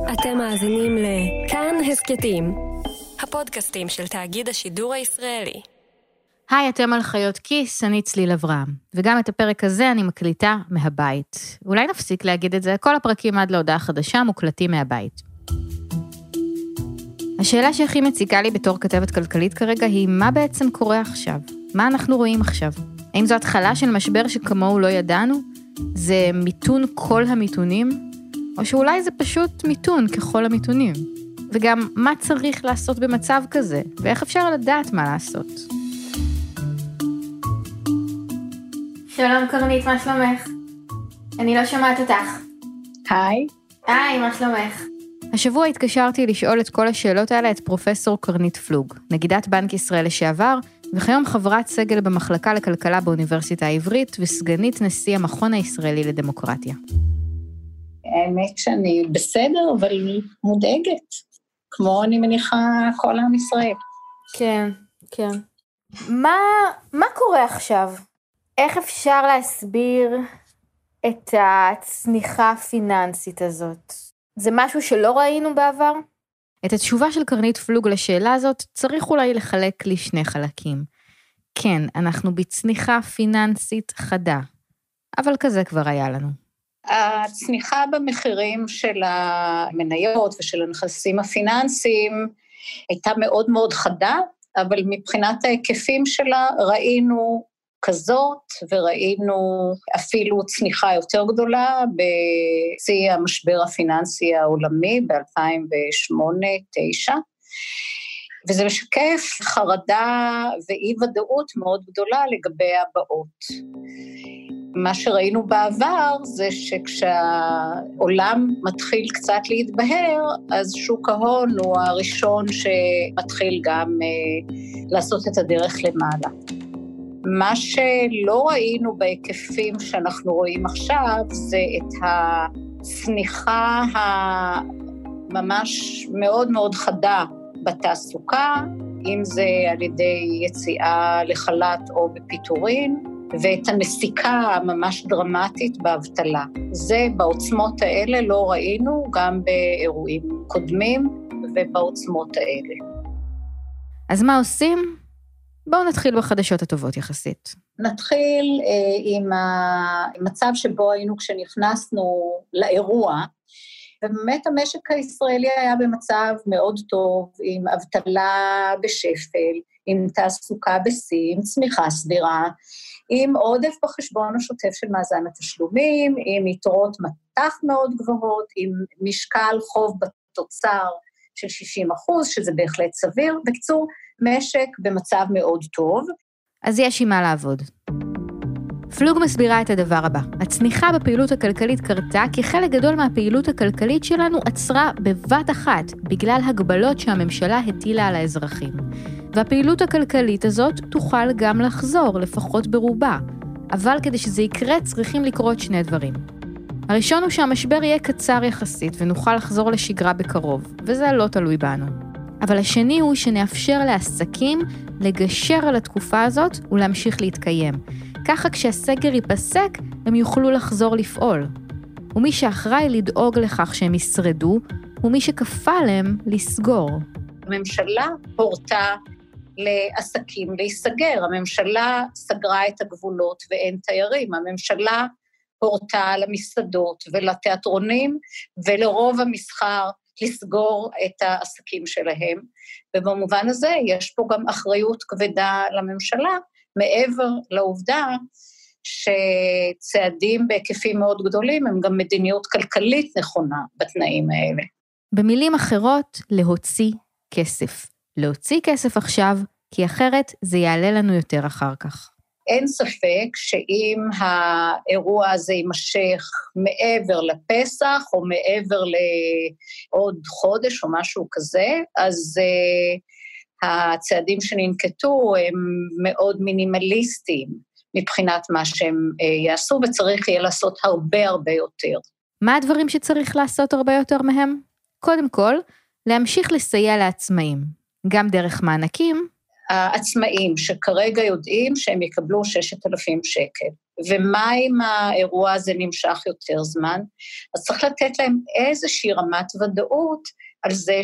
אתם מאזינים לכאן הסקטים, הפודקאסטים של תאגיד השידור הישראלי. היי, אתם על חיות כיס, אני צליל אברהם, וגם את הפרק הזה אני מקליטה מהבית. אולי נפסיק להגיד את זה, כל הפרקים עד להודעה חדשה מוקלטים מהבית. השאלה שהכי מציקה לי בתור כתבת כלכלית כרגע היא מה בעצם קורה עכשיו? מה אנחנו רואים עכשיו? האם זו התחלה של משבר שכמוהו לא ידענו? זה מיתון כל המיתונים? או שאולי זה פשוט מיתון ככל המיתונים? וגם מה צריך לעשות במצב כזה? ואיך אפשר לדעת מה לעשות? שלום קרנית, מה שלומך? אני לא שומעת אותך. היי. היי, מה שלומך? השבוע התקשרתי לשאול את כל השאלות האלה את פרופסור קרנית פלוג, נגידת בנק ישראל לשעבר, וכיום חברת סגל במחלקה לכלכלה באוניברסיטה העברית, וסגנית נשיא המכון הישראלי לדמוקרטיה. האמת שאני בסדר, אבל מודאגת, כמו אני מניחה כל עם ישראל. כן, כן. מה קורה עכשיו? איך אפשר להסביר את הצניחה הפיננסית הזאת? זה משהו שלא ראינו בעבר? את התשובה של קרנית פלוג לשאלה הזאת צריך אולי לחלק לשני חלקים. כן, אנחנו בצניחה פיננסית חדה, אבל כזה כבר היה לנו. הצניחה במחירים של המניות ושל הנכסים הפיננסיים הייתה מאוד מאוד חדה, אבל מבחינת ההיקפים שלה ראינו כזאת, וראינו אפילו צניחה יותר גדולה בשיא המשבר הפיננסי העולמי ב-2008-2009, וזה משקף חרדה ואי ודאות מאוד גדולה לגבי הבאות. מה שראינו בעבר זה שכשהעולם מתחיל קצת להתבהר, אז שוק ההון הוא הראשון שמתחיל גם לעשות את הדרך למעלה. מה שלא ראינו בהיקפים שאנחנו רואים עכשיו, זה את הצניחה הממש מאוד מאוד חדה בתעסוקה, אם זה על ידי יציאה לחל"ת או בפיטורין, ואת הנסיקה הממש דרמטית באבטלה. זה בעוצמות האלה לא ראינו גם באירועים קודמים ובעוצמות האלה. אז מה עושים? בואו נתחיל בחדשות הטובות יחסית. נתחיל עם המצב שבו היינו כשנכנסנו לאירוע, ובאמת המשק הישראלי היה במצב מאוד טוב, עם אבטלה בשפל, עם תעסוקה בשיא, עם צמיחה סבירה, עם עודף בחשבון השוטף של מאזן התשלומים, עם יתרות מטח מאוד גבוהות, עם משקל חוב בתוצר של 60%, שזה בהחלט סביר. בקיצור, משק במצב מאוד טוב. אז יש עם מה לעבוד. פלוג מסבירה את הדבר הבא. הצניחה בפעילות הכלכלית קרתה כי חלק גדול מהפעילות הכלכלית שלנו עצרה בבת אחת, בגלל הגבלות שהממשלה הטילה על האזרחים. והפעילות הכלכלית הזאת תוכל גם לחזור, לפחות ברובה. אבל כדי שזה יקרה צריכים לקרות שני דברים. הראשון הוא שהמשבר יהיה קצר יחסית ונוכל לחזור לשגרה בקרוב, וזה לא תלוי בנו. אבל השני הוא שנאפשר לעסקים לגשר על התקופה הזאת ולהמשיך להתקיים. ככה כשהסגר ייפסק, הם יוכלו לחזור לפעול. ומי שאחראי לדאוג לכך שהם ישרדו, הוא מי שכפה עליהם לסגור. הממשלה הורתה לעסקים להיסגר. הממשלה סגרה את הגבולות ואין תיירים. הממשלה הורתה למסעדות ולתיאטרונים ולרוב המסחר לסגור את העסקים שלהם, ובמובן הזה יש פה גם אחריות כבדה לממשלה, מעבר לעובדה שצעדים בהיקפים מאוד גדולים הם גם מדיניות כלכלית נכונה בתנאים האלה. במילים אחרות, להוציא כסף. להוציא כסף עכשיו, כי אחרת זה יעלה לנו יותר אחר כך. אין ספק שאם האירוע הזה יימשך מעבר לפסח, או מעבר לעוד חודש או משהו כזה, אז הצעדים שננקטו הם מאוד מינימליסטיים מבחינת מה שהם יעשו, וצריך יהיה לעשות הרבה הרבה יותר. מה הדברים שצריך לעשות הרבה יותר מהם? קודם כל, להמשיך לסייע לעצמאים, גם דרך מענקים, העצמאים שכרגע יודעים שהם יקבלו 6,000 שקל. ומה אם האירוע הזה נמשך יותר זמן? אז צריך לתת להם איזושהי רמת ודאות על זה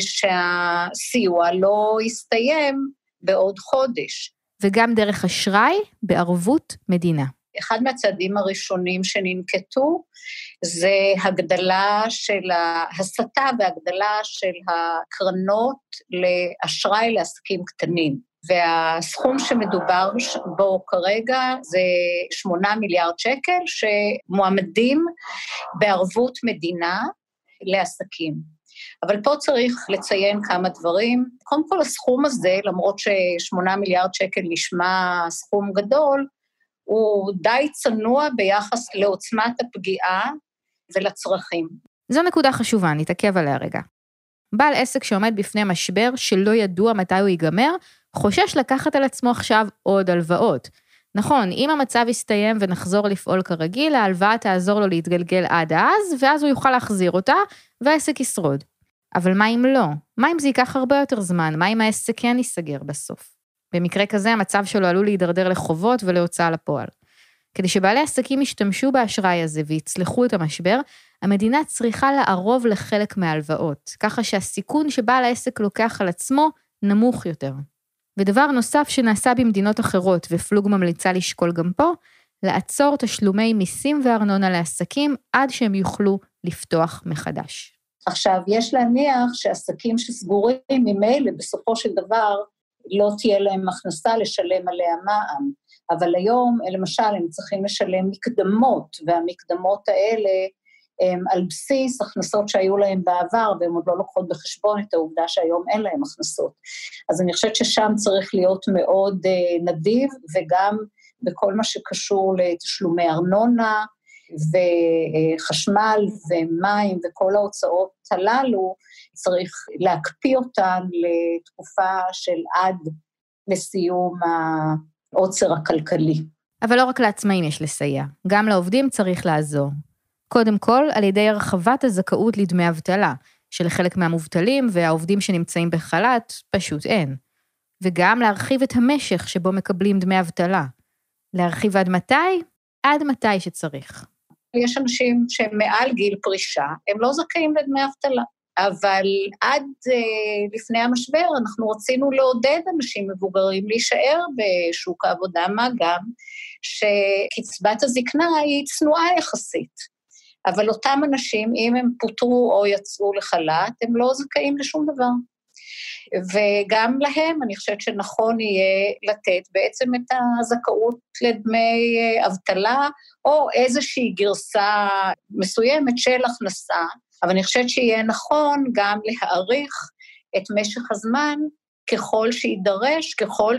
שהסיוע לא יסתיים בעוד חודש. וגם דרך אשראי בערבות מדינה. אחד מהצעדים הראשונים שננקטו, זה הגדלה של ההסתה והגדלה של הקרנות לאשראי לעסקים קטנים. והסכום שמדובר בו כרגע זה 8 מיליארד שקל שמועמדים בערבות מדינה לעסקים. אבל פה צריך לציין כמה דברים. קודם כל הסכום הזה, למרות ש8 מיליארד שקל נשמע סכום גדול, הוא די צנוע ביחס לעוצמת הפגיעה ולצרכים. זו נקודה חשובה, נתעכב עליה רגע. בעל עסק שעומד בפני משבר שלא ידוע מתי הוא ייגמר, חושש לקחת על עצמו עכשיו עוד הלוואות. נכון, אם המצב יסתיים ונחזור לפעול כרגיל, ההלוואה תעזור לו להתגלגל עד אז, ואז הוא יוכל להחזיר אותה, והעסק ישרוד. אבל מה אם לא? מה אם זה ייקח הרבה יותר זמן? מה אם העסק כן ייסגר בסוף? במקרה כזה, המצב שלו עלול להידרדר לחובות ולהוצאה לפועל. כדי שבעלי עסקים ישתמשו באשראי הזה ויצלחו את המשבר, המדינה צריכה לערוב לחלק מההלוואות, ככה שהסיכון שבעל העסק לוקח על עצמו נמוך יותר. ודבר נוסף שנעשה במדינות אחרות, ופלוג ממליצה לשקול גם פה, לעצור תשלומי מיסים וארנונה לעסקים עד שהם יוכלו לפתוח מחדש. עכשיו, יש להניח שעסקים שסגורים ממילא בסופו של דבר לא תהיה להם הכנסה לשלם עליה מע"מ, אבל היום, למשל, הם צריכים לשלם מקדמות, והמקדמות האלה הם על בסיס הכנסות שהיו להם בעבר, והם עוד לא לוקחות בחשבון את העובדה שהיום אין להם הכנסות. אז אני חושבת ששם צריך להיות מאוד נדיב, וגם בכל מה שקשור לתשלומי ארנונה, וחשמל ומים וכל ההוצאות הללו, צריך להקפיא אותן לתקופה של עד לסיום העוצר הכלכלי. אבל לא רק לעצמאים יש לסייע, גם לעובדים צריך לעזור. קודם כל, על ידי הרחבת הזכאות לדמי אבטלה, שלחלק מהמובטלים והעובדים שנמצאים בחל"ת פשוט אין. וגם להרחיב את המשך שבו מקבלים דמי אבטלה. להרחיב עד מתי? עד מתי שצריך. יש אנשים שהם מעל גיל פרישה, הם לא זכאים לדמי אבטלה. אבל עד לפני המשבר אנחנו רצינו לעודד אנשים מבוגרים להישאר בשוק העבודה, מה גם שקצבת הזקנה היא צנועה יחסית. אבל אותם אנשים, אם הם פוטרו או יצאו לחל"ת, הם לא זכאים לשום דבר. וגם להם אני חושבת שנכון יהיה לתת בעצם את הזכאות לדמי אבטלה, או איזושהי גרסה מסוימת של הכנסה, אבל אני חושבת שיהיה נכון גם להאריך את משך הזמן ככל שידרש, ככל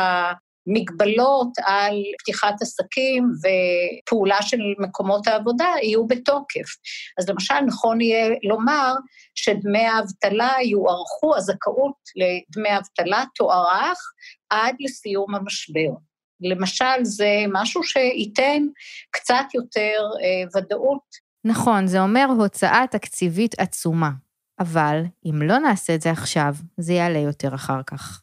שהמגבלות על פתיחת עסקים ופעולה של מקומות העבודה יהיו בתוקף. אז למשל נכון יהיה לומר שדמי האבטלה יוארכו, הזכאות לדמי אבטלה תוארך עד לסיום המשבר. למשל זה משהו שייתן קצת יותר ודאות. נכון, זה אומר הוצאה תקציבית עצומה, אבל אם לא נעשה את זה עכשיו, זה יעלה יותר אחר כך.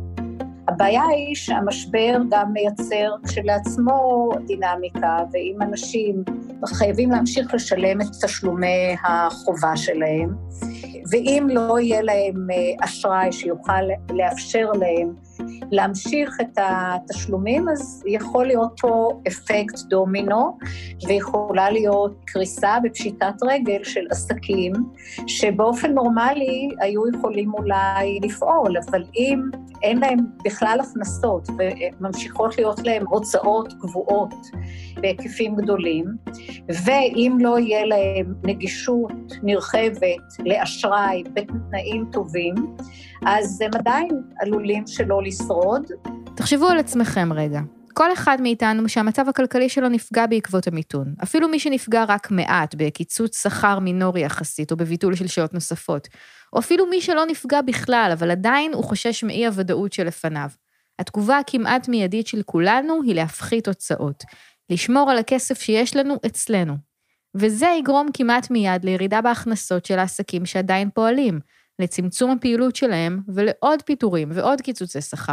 הבעיה היא שהמשבר גם מייצר כשלעצמו דינמיקה, ואם אנשים חייבים להמשיך לשלם את תשלומי החובה שלהם, ואם לא יהיה להם אשראי שיוכל לאפשר להם להמשיך את התשלומים, אז יכול להיות פה אפקט דומינו, ויכולה להיות קריסה בפשיטת רגל של עסקים, שבאופן נורמלי היו יכולים אולי לפעול, אבל אם אין להם בכלל הכנסות, וממשיכות להיות להם הוצאות קבועות בהיקפים גדולים, ואם לא יהיה להם נגישות נרחבת לאשראי בתנאים טובים, אז הם עדיין עלולים שלא לשרוד. תחשבו על עצמכם רגע. כל אחד מאיתנו שהמצב הכלכלי שלו נפגע בעקבות המיתון. אפילו מי שנפגע רק מעט בקיצוץ שכר מינורי יחסית, או בביטול של שעות נוספות. או אפילו מי שלא נפגע בכלל, אבל עדיין הוא חושש מאי הוודאות שלפניו. התגובה הכמעט מיידית של כולנו היא להפחית הוצאות. לשמור על הכסף שיש לנו אצלנו. וזה יגרום כמעט מיד לירידה בהכנסות של העסקים שעדיין פועלים. לצמצום הפעילות שלהם ולעוד פיטורים ועוד קיצוצי שכר.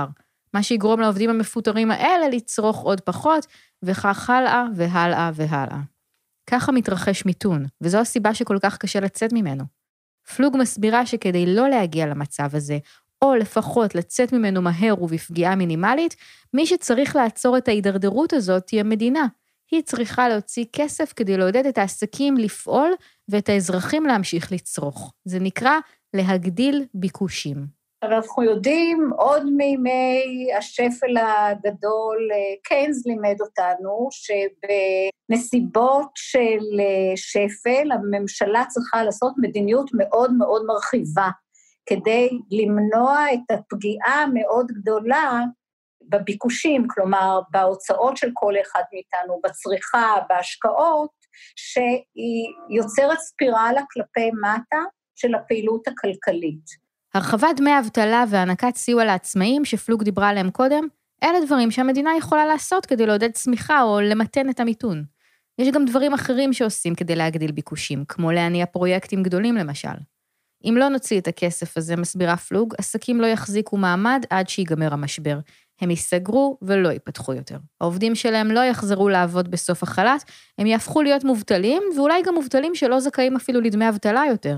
מה שיגרום לעובדים המפוטרים האלה לצרוך עוד פחות, וכך הלאה והלאה והלאה. ככה מתרחש מיתון, וזו הסיבה שכל כך קשה לצאת ממנו. פלוג מסבירה שכדי לא להגיע למצב הזה, או לפחות לצאת ממנו מהר ובפגיעה מינימלית, מי שצריך לעצור את ההידרדרות הזאת היא המדינה. היא צריכה להוציא כסף כדי לעודד את העסקים לפעול ואת האזרחים להמשיך לצרוך. זה נקרא להגדיל ביקושים. אנחנו יודעים עוד מימי השפל הגדול, קיינס לימד אותנו שבנסיבות של שפל הממשלה צריכה לעשות מדיניות מאוד מאוד מרחיבה, כדי למנוע את הפגיעה המאוד גדולה בביקושים, כלומר בהוצאות של כל אחד מאיתנו, בצריכה, בהשקעות, שהיא יוצרת ספירלה כלפי מטה של הפעילות הכלכלית. הרחבת דמי אבטלה והענקת סיוע לעצמאים שפלוג דיברה עליהם קודם, אלה דברים שהמדינה יכולה לעשות כדי לעודד צמיחה או למתן את המיתון. יש גם דברים אחרים שעושים כדי להגדיל ביקושים, כמו להניע פרויקטים גדולים למשל. אם לא נוציא את הכסף הזה, מסבירה פלוג, עסקים לא יחזיקו מעמד עד שיגמר המשבר. הם ייסגרו ולא ייפתחו יותר. העובדים שלהם לא יחזרו לעבוד בסוף החל"ת, הם יהפכו להיות מובטלים, ואולי גם מובטלים שלא זכאים אפילו לדמי אבטלה יותר.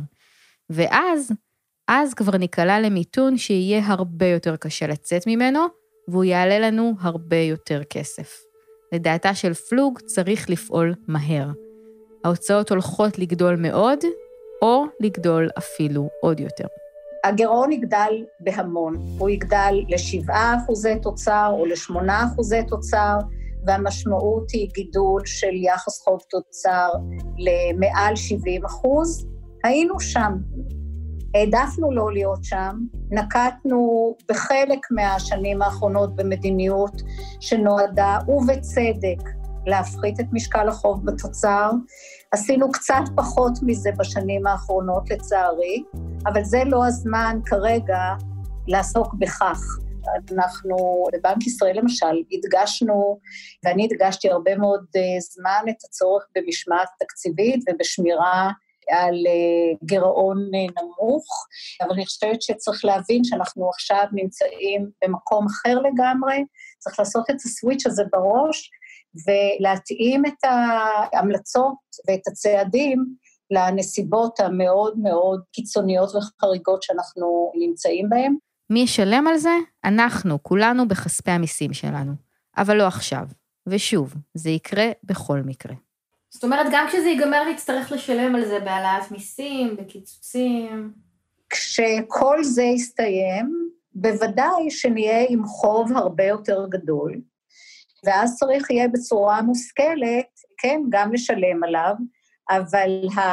ואז כבר ניקלע למיתון שיהיה הרבה יותר קשה לצאת ממנו, והוא יעלה לנו הרבה יותר כסף. לדעתה של פלוג צריך לפעול מהר. ההוצאות הולכות לגדול מאוד, או לגדול אפילו עוד יותר. הגירעון יגדל בהמון, הוא יגדל ל7% תוצר או ל8% תוצר, והמשמעות היא גידול של יחס חוב תוצר למעל 70%. היינו שם, העדפנו לא להיות שם, נקטנו בחלק מהשנים האחרונות במדיניות שנועדה ובצדק להפחית את משקל החוב בתוצר, עשינו קצת פחות מזה בשנים האחרונות לצערי, אבל זה לא הזמן כרגע לעסוק בכך. אנחנו בבנק ישראל למשל הדגשנו, ואני הדגשתי הרבה מאוד זמן את הצורך במשמעת תקציבית ובשמירה על גירעון נמוך, אבל אני חושבת שצריך להבין שאנחנו עכשיו נמצאים במקום אחר לגמרי, צריך לעשות את הסוויץ' הזה בראש, ולהתאים את ההמלצות ואת הצעדים לנסיבות המאוד מאוד קיצוניות וחריגות שאנחנו נמצאים בהן. מי ישלם על זה? אנחנו, כולנו בכספי המיסים שלנו. אבל לא עכשיו. ושוב, זה יקרה בכל מקרה. זאת אומרת, גם כשזה ייגמר נצטרך לשלם על זה בהעלאת מיסים, בקיצוצים. כשכל זה יסתיים, בוודאי שנהיה עם חוב הרבה יותר גדול, ואז צריך יהיה בצורה מושכלת, כן, גם לשלם עליו, אבל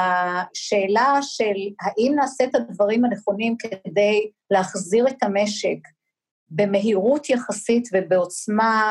השאלה של האם נעשה את הדברים הנכונים כדי להחזיר את המשק במהירות יחסית ובעוצמה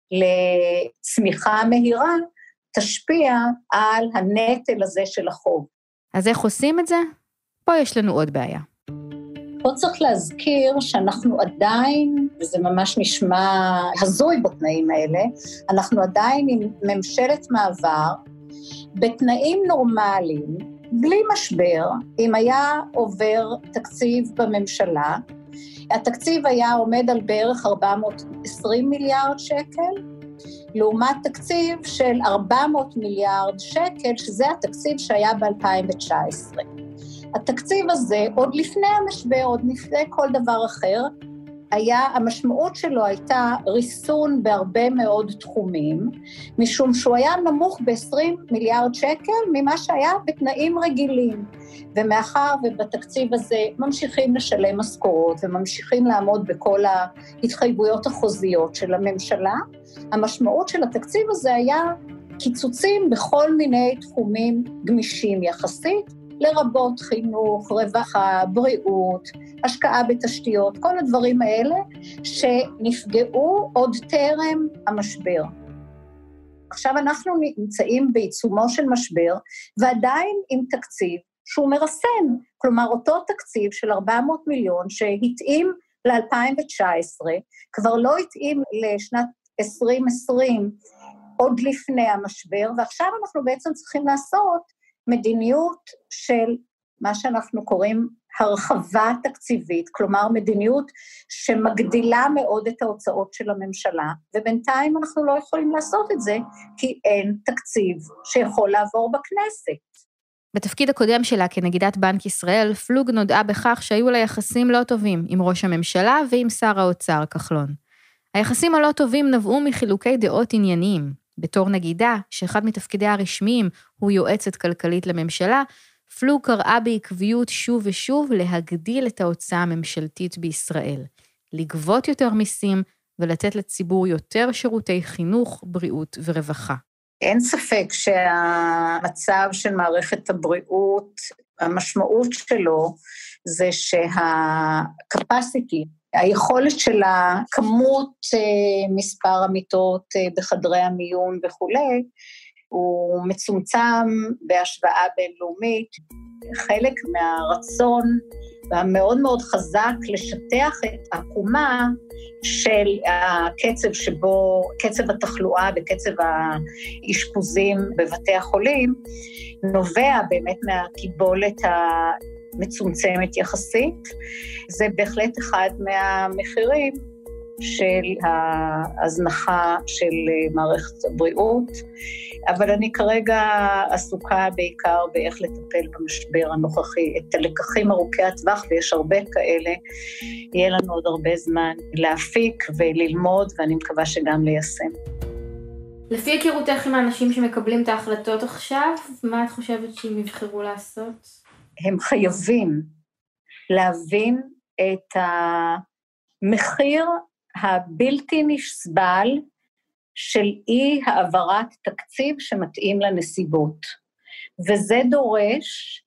לצמיחה מהירה, תשפיע על הנטל הזה של החוב. אז איך עושים את זה? פה יש לנו עוד בעיה. פה צריך להזכיר שאנחנו עדיין, וזה ממש נשמע הזוי בתנאים האלה, אנחנו עדיין עם ממשלת מעבר, בתנאים נורמליים, בלי משבר, אם היה עובר תקציב בממשלה, התקציב היה עומד על בערך 420 מיליארד שקל, לעומת תקציב של 400 מיליארד שקל, שזה התקציב שהיה ב-2019. התקציב הזה, עוד לפני המשבר, עוד לפני כל דבר אחר, המשמעות שלו הייתה ריסון בהרבה מאוד תחומים, משום שהוא היה נמוך ב-20 מיליארד שקל ממה שהיה בתנאים רגילים. ומאחר ובתקציב הזה ממשיכים לשלם משכורות וממשיכים לעמוד בכל ההתחייבויות החוזיות של הממשלה, המשמעות של התקציב הזה היה קיצוצים בכל מיני תחומים גמישים יחסית, לרבות חינוך, רווחה, בריאות, השקעה בתשתיות, כל הדברים האלה שנפגעו עוד טרם המשבר. עכשיו אנחנו נמצאים בעיצומו של משבר, ועדיין עם תקציב שהוא מרסן, כלומר אותו תקציב של 400 מיליון שהתאים ל-2019, כבר לא התאים לשנת 2020, עוד לפני המשבר, ועכשיו אנחנו בעצם צריכים לעשות מדיניות של מה שאנחנו קוראים הרחבה תקציבית, כלומר מדיניות שמגדילה מאוד את ההוצאות של הממשלה, ובינתיים אנחנו לא יכולים לעשות את זה, כי אין תקציב שיכול לעבור בכנסת. בתפקיד הקודם שלה כנגידת בנק ישראל, פלוג נודעה בכך שהיו לה יחסים לא טובים עם ראש הממשלה ועם שר האוצר כחלון. היחסים הלא טובים נבעו מחילוקי דעות ענייניים. בתור נגידה, שאחד מתפקידיה הרשמיים הוא יועצת כלכלית לממשלה, פלוג קראה בעקביות שוב ושוב להגדיל את ההוצאה הממשלתית בישראל, לגבות יותר מיסים ולתת לציבור יותר שירותי חינוך, בריאות ורווחה. אין ספק שהמצב של מערכת הבריאות, המשמעות שלו זה שהקפסיטי, היכולת שלה, כמות מספר המיטות בחדרי המיון וכולי, הוא מצומצם בהשוואה בינלאומית. חלק מהרצון והמאוד מאוד חזק לשטח את העקומה של הקצב שבו, קצב התחלואה וקצב האשפוזים בבתי החולים, נובע באמת מהקיבולת המצומצמת יחסית. זה בהחלט אחד מהמחירים של ההזנחה של מערכת הבריאות, אבל אני כרגע עסוקה בעיקר באיך לטפל במשבר הנוכחי, את הלקחים ארוכי הטווח, ויש הרבה כאלה, יהיה לנו עוד הרבה זמן להפיק וללמוד, ואני מקווה שגם ליישם. לפי היכרותך עם האנשים שמקבלים את ההחלטות עכשיו, מה את חושבת שהם יבחרו לעשות? הם חייבים להבין את המחיר הבלתי נסבל של אי העברת תקציב שמתאים לנסיבות. וזה דורש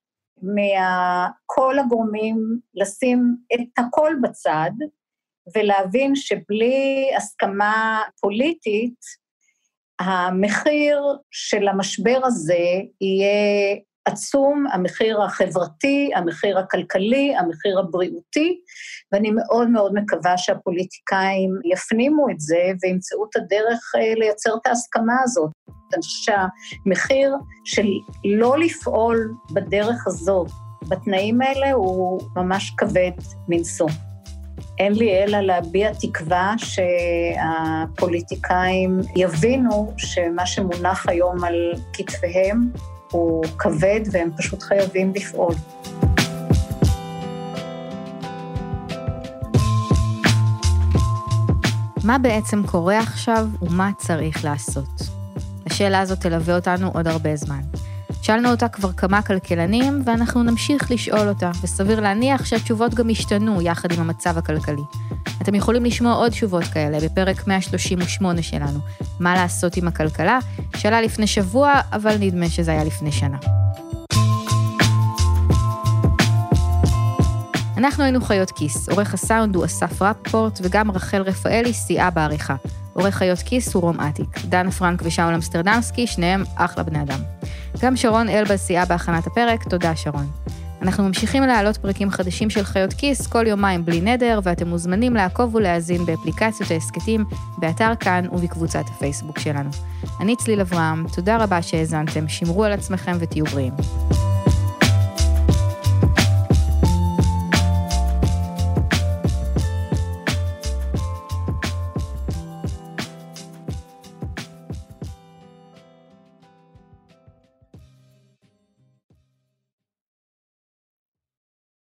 מכל הגורמים לשים את הכל בצד, ולהבין שבלי הסכמה פוליטית, המחיר של המשבר הזה יהיה עצום, המחיר החברתי, המחיר הכלכלי, המחיר הבריאותי, ואני מאוד מאוד מקווה שהפוליטיקאים יפנימו את זה, וימצאו את הדרך לייצר את ההסכמה הזאת. אני חושב שהמחיר של לא לפעול בדרך הזאת, בתנאים האלה, הוא ממש כבד מנשוא. אין לי אלא להביע תקווה שהפוליטיקאים יבינו שמה שמונח היום על כתפיהם, הוא כבד והם פשוט חייבים לפעול. מה בעצם קורה עכשיו ומה צריך לעשות? השאלה הזאת תלווה אותנו עוד הרבה זמן. שאלנו אותה כבר כמה כלכלנים ואנחנו נמשיך לשאול אותה, וסביר להניח שהתשובות גם השתנו יחד עם המצב הכלכלי. אתם יכולים לשמוע עוד תשובות כאלה בפרק 138 שלנו. מה לעשות עם הכלכלה? שאלה לפני שבוע, אבל נדמה שזה היה לפני שנה. אנחנו היינו חיות כיס. עורך הסאונד הוא אסף רפפורט, וגם רחל רפאלי סייעה בעריכה. עורך חיות כיס הוא רום עתיק. דנה פרנק ושאול אמסטרדמסקי, שניהם אחלה בני אדם. גם שרון אלבז סייעה בהכנת הפרק, תודה שרון. אנחנו ממשיכים להעלות פרקים חדשים של חיות כיס כל יומיים בלי נדר, ואתם מוזמנים לעקוב ולהאזין באפליקציות העסקתים, באתר כאן ובקבוצת הפייסבוק שלנו. אני צליל אברהם, תודה רבה שהאזנתם, שמרו על עצמכם ותהיו בריאים.